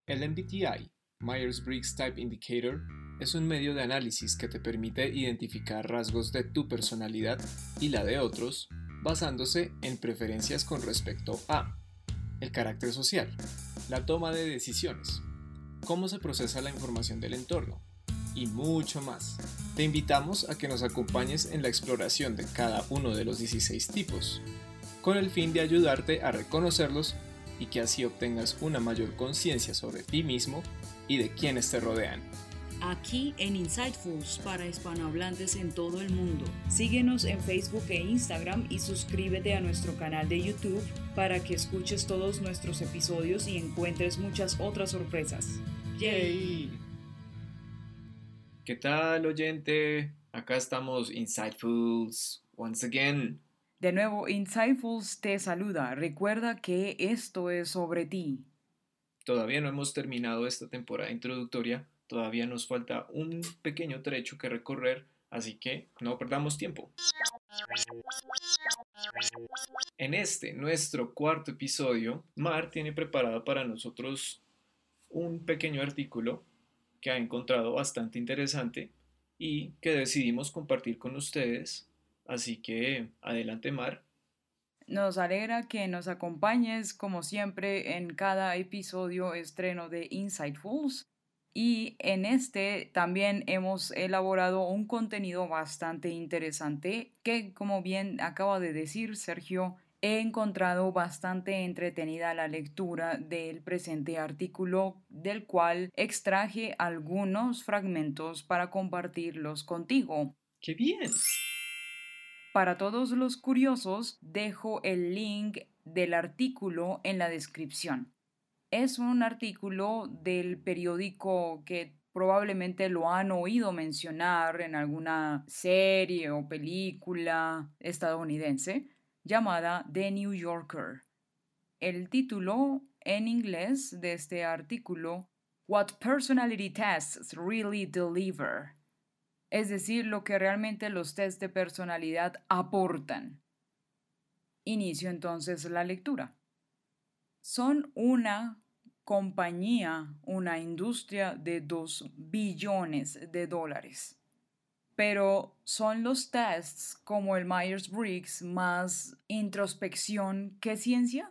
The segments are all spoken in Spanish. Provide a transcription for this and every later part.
El MBTI, Myers-Briggs Type Indicator, es un medio de análisis que te permite identificar rasgos de tu personalidad y la de otros, basándose en preferencias con respecto a el carácter social, la toma de decisiones, cómo se procesa la información del entorno y mucho más. Te invitamos a que nos acompañes en la exploración de cada uno de los 16 tipos, con el fin de ayudarte a reconocerlos y que así obtengas una mayor conciencia sobre ti mismo y de quienes te rodean. Aquí en Insightfuls para hispanohablantes en todo el mundo. Síguenos en Facebook e Instagram y suscríbete a nuestro canal de YouTube para que escuches todos nuestros episodios y encuentres muchas otras sorpresas. ¡Yay! ¿Qué tal, oyente? Acá estamos Insightfuls once again. De nuevo, Insightfuls te saluda. Recuerda que esto es sobre ti. Todavía no hemos terminado esta temporada introductoria, todavía nos falta un pequeño trecho que recorrer, así que no perdamos tiempo. En este, nuestro cuarto episodio, Mar tiene preparado para nosotros un pequeño artículo que ha encontrado bastante interesante y que decidimos compartir con ustedes. Así que adelante, Mar. Nos alegra que nos acompañes como siempre en cada episodio estreno de Insightfuls. Y en este también hemos elaborado un contenido bastante interesante que, como bien acaba de decir Sergio, he encontrado bastante entretenida la lectura del presente artículo, del cual extraje algunos fragmentos para compartirlos contigo. ¡Qué bien! Para todos los curiosos, dejo el link del artículo en la descripción. Es un artículo del periódico que probablemente lo han oído mencionar en alguna serie o película estadounidense llamada The New Yorker. El título en inglés de este artículo, What Personality Tests Really Deliver, es decir, lo que realmente los test de personalidad aportan. Inicio entonces la lectura. Son una compañía, una industria de 2 billones de dólares. Pero ¿son los tests como el Myers-Briggs más introspección que ciencia?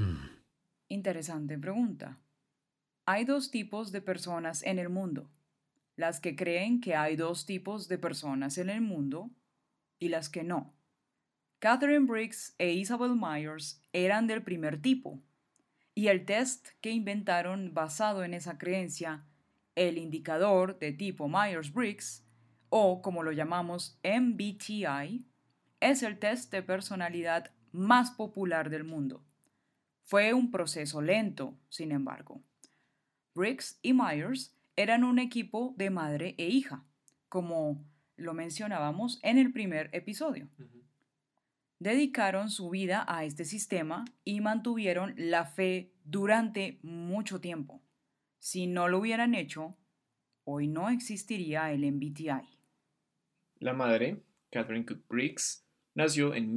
Interesante pregunta. Hay 2 tipos de personas en el mundo. Las que creen que hay 2 tipos de personas en el mundo y las que no. Catherine Briggs e Isabel Myers eran del primer tipo, y el test que inventaron basado en esa creencia, el indicador de tipo Myers-Briggs, o como lo llamamos MBTI, es el test de personalidad más popular del mundo. Fue un proceso lento, sin embargo. Briggs y Myers eran un equipo de madre e hija, como lo mencionábamos en el primer episodio. Dedicaron su vida a este sistema y mantuvieron la fe durante mucho tiempo. Si no lo hubieran hecho, hoy no existiría el MBTI. La madre, Catherine Cook Briggs, nació en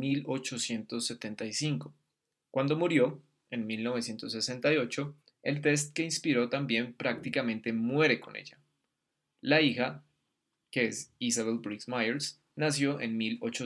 1875. Cuando murió, en 1968, el test que inspiró también prácticamente muere con ella. La hija, que es Isabel Briggs Myers, nació en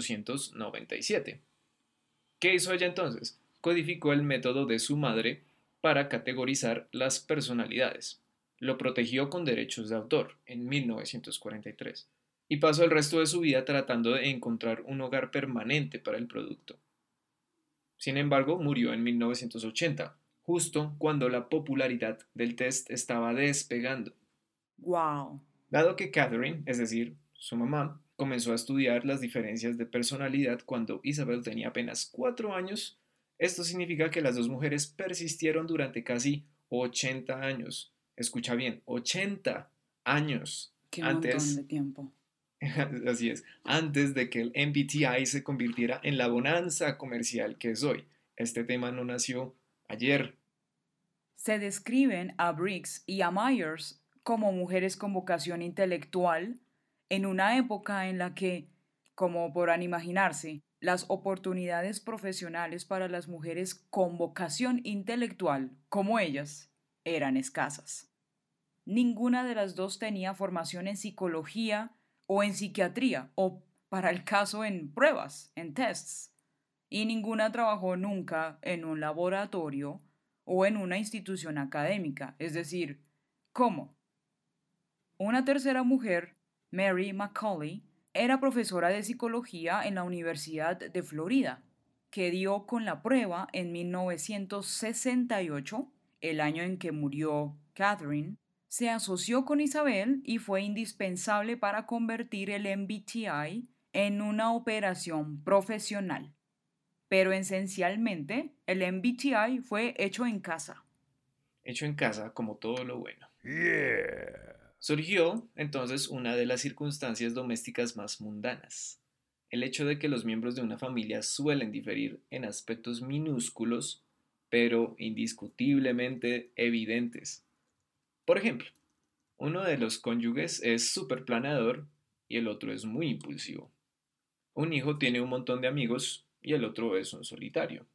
1897. ¿Qué hizo ella entonces? Codificó el método de su madre para categorizar las personalidades. Lo protegió con derechos de autor en 1943 y pasó el resto de su vida tratando de encontrar un hogar permanente para el producto. Sin embargo, murió en 1980, justo cuando la popularidad del test estaba despegando. ¡Wow! Dado que Catherine, es decir, su mamá, comenzó a estudiar las diferencias de personalidad cuando Isabel tenía apenas 4 años, esto significa que las dos mujeres persistieron durante casi 80 años. Escucha bien, 80 años ¡Qué montón antes, de tiempo! así es, antes de que el MBTI se convirtiera en la bonanza comercial que es hoy. Este tema no nació ayer. Se describen a Briggs y a Myers como mujeres con vocación intelectual en una época en la que, como podrán imaginarse, las oportunidades profesionales para las mujeres con vocación intelectual, como ellas, eran escasas. Ninguna de las dos tenía formación en psicología o en psiquiatría o, para el caso, en pruebas, en tests. Y ninguna trabajó nunca en un laboratorio o en una institución académica. Es decir, ¿cómo? Una tercera mujer, Mary McCauley, era profesora de psicología en la Universidad de Florida, que dio con la prueba en 1968, el año en que murió Catherine. Se asoció con Isabel y fue indispensable para convertir el MBTI en una operación profesional. Pero esencialmente, el MBTI fue hecho en casa. Hecho en casa, como todo lo bueno. Surgió entonces una de las circunstancias domésticas más mundanas, el hecho de que los miembros de una familia suelen diferir en aspectos minúsculos, pero indiscutiblemente evidentes. Por ejemplo, uno de los cónyuges es súper planeador y el otro es muy impulsivo. Un hijo tiene un montón de amigos y el otro es un solitario.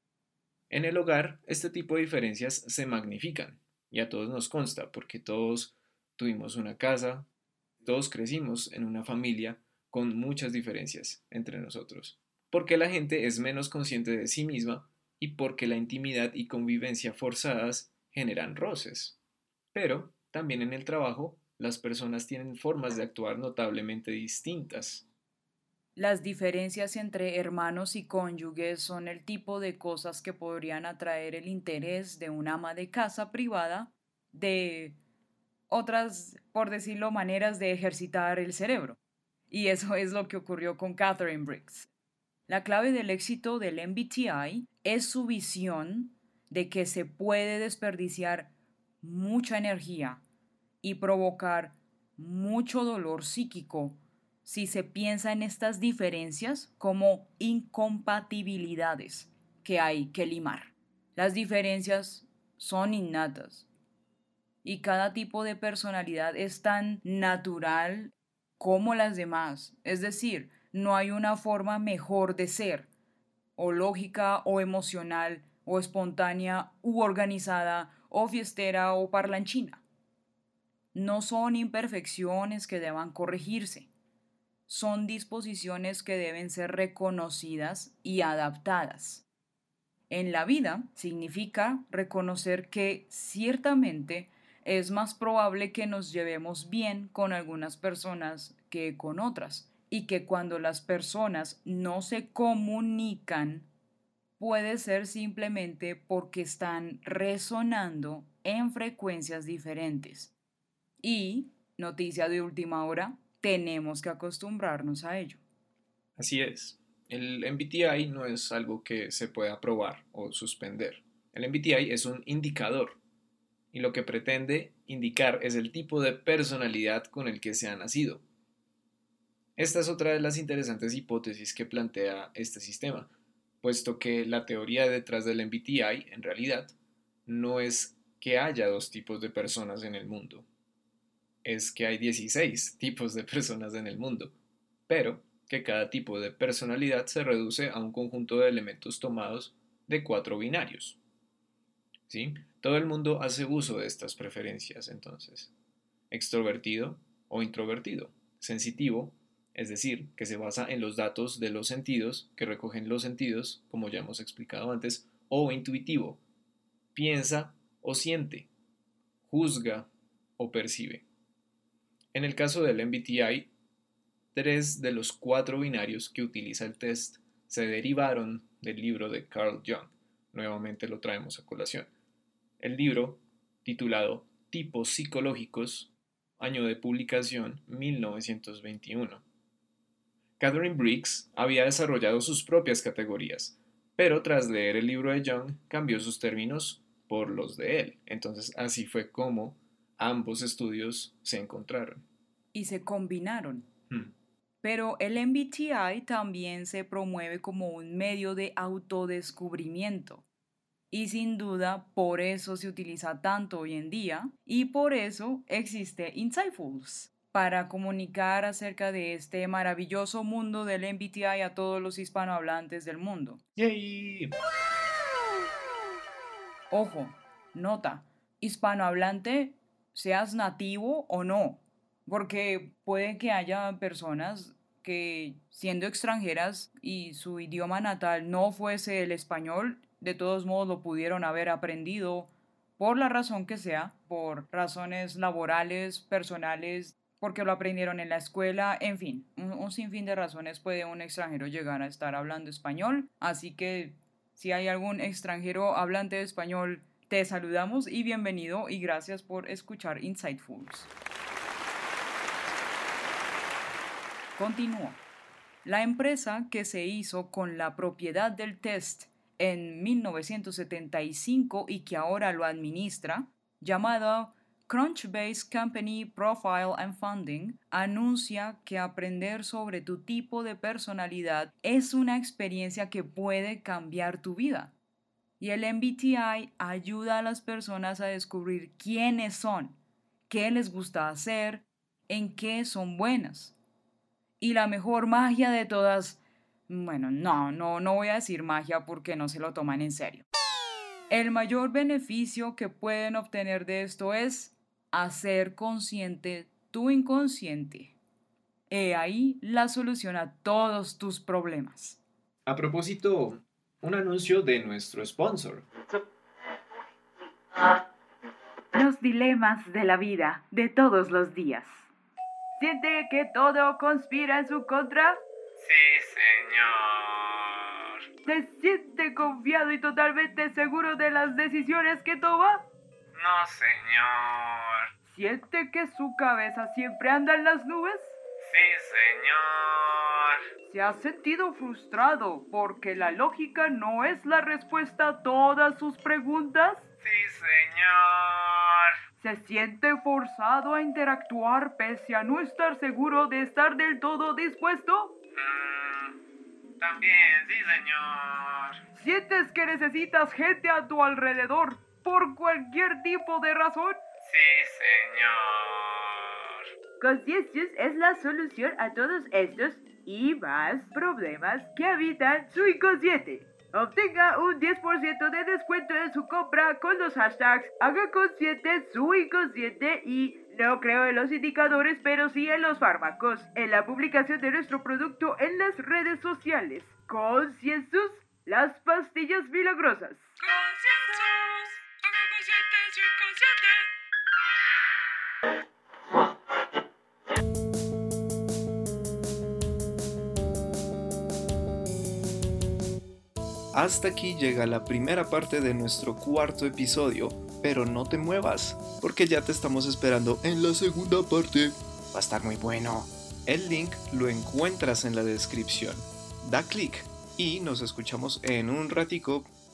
En el hogar, este tipo de diferencias se magnifican y a todos nos consta porque todos tuvimos una casa, todos crecimos en una familia con muchas diferencias entre nosotros, porque la gente es menos consciente de sí misma y porque la intimidad y convivencia forzadas generan roces. Pero también en el trabajo, las personas tienen formas de actuar notablemente distintas. Las diferencias entre hermanos y cónyuges son el tipo de cosas que podrían atraer el interés de un ama de casa privada de otras, por decirlo, maneras de ejercitar el cerebro. Y eso es lo que ocurrió con Catherine Briggs. La clave del éxito del MBTI es su visión de que se puede desperdiciar mucha energía y provocar mucho dolor psíquico si se piensa en estas diferencias como incompatibilidades que hay que limar. Las diferencias son innatas y cada tipo de personalidad es tan natural como las demás. Es decir, no hay una forma mejor de ser, o lógica, o emocional, o espontánea, u organizada, o fiestera, o parlanchina. No son imperfecciones que deban corregirse, son disposiciones que deben ser reconocidas y adaptadas. En la vida significa reconocer que ciertamente es más probable que nos llevemos bien con algunas personas que con otras y que cuando las personas no se comunican puede ser simplemente porque están resonando en frecuencias diferentes. Y, noticia de última hora, tenemos que acostumbrarnos a ello. Así es. El MBTI no es algo que se pueda probar o suspender. El MBTI es un indicador y lo que pretende indicar es el tipo de personalidad con el que se ha nacido. Esta es otra de las interesantes hipótesis que plantea este sistema, puesto que la teoría detrás del MBTI, en realidad, no es que haya dos tipos de personas en el mundo, es que hay 16 tipos de personas en el mundo, pero que cada tipo de personalidad se reduce a un conjunto de elementos tomados de cuatro binarios. ¿Sí? Todo el mundo hace uso de estas preferencias, entonces. Extrovertido o introvertido. Sensitivo, es decir, que se basa en los datos de los sentidos, que recogen los sentidos, como ya hemos explicado antes, o intuitivo. Piensa o siente, juzga o percibe. En el caso del MBTI, tres de los cuatro binarios que utiliza el test se derivaron del libro de Carl Jung. Nuevamente lo traemos a colación. El libro, titulado Tipos psicológicos, año de publicación 1921. Catherine Briggs había desarrollado sus propias categorías, pero tras leer el libro de Jung cambió sus términos por los de él. Entonces así fue como ambos estudios se encontraron. Y se combinaron. Hmm. Pero el MBTI también se promueve como un medio de autodescubrimiento. Y sin duda por eso se utiliza tanto hoy en día y por eso existe Insightfuls para comunicar acerca de este maravilloso mundo del MBTI a todos los hispanohablantes del mundo. ¡Yay! Ojo, nota, hispanohablante, seas nativo o no, porque puede que haya personas que siendo extranjeras y su idioma natal no fuese el español, de todos modos lo pudieron haber aprendido por la razón que sea, por razones laborales, personales, porque lo aprendieron en la escuela, en fin, un sinfín de razones puede un extranjero llegar a estar hablando español, así que si hay algún extranjero hablante de español, te saludamos y bienvenido y gracias por escuchar Insightfuls. Continúo. La empresa que se hizo con la propiedad del test en 1975 y que ahora lo administra, llamada Crunchbase Company Profile and Funding, anuncia que aprender sobre tu tipo de personalidad es una experiencia que puede cambiar tu vida. Y el MBTI ayuda a las personas a descubrir quiénes son, qué les gusta hacer, en qué son buenas. Y la mejor magia de todas, bueno, no voy a decir magia porque no se lo toman en serio. El mayor beneficio que pueden obtener de esto es hacer consciente tu inconsciente. He ahí la solución a todos tus problemas. A propósito, un anuncio de nuestro sponsor. Los dilemas de la vida de todos los días. ¿Siente que todo conspira en su contra? Sí, señor. ¿Se siente confiado y totalmente seguro de las decisiones que toma? No, señor. ¿Siente que su cabeza siempre anda en las nubes? Sí, señor. ¿Se ha sentido frustrado porque la lógica no es la respuesta a todas sus preguntas? Sí, señor. ¿Se siente forzado a interactuar pese a no estar seguro de estar del todo dispuesto? También, sí, señor. ¿Sientes que necesitas gente a tu alrededor por cualquier tipo de razón? Sí, señor. Conscientious es la solución a todos estos y más problemas que habitan su inconsciente. Obtenga un 10% de descuento en su compra con los hashtags haga consciente su inconsciente y no creo en los indicadores pero sí en los fármacos en la publicación de nuestro producto en las redes sociales. Conscientious, las pastillas milagrosas. Conscientious, haga consciente su inconsciente. Hasta aquí llega la primera parte de nuestro cuarto episodio, pero no te muevas, porque ya te estamos esperando en la segunda parte. Va a estar muy bueno. El link lo encuentras en la descripción. Da clic y nos escuchamos en un ratico.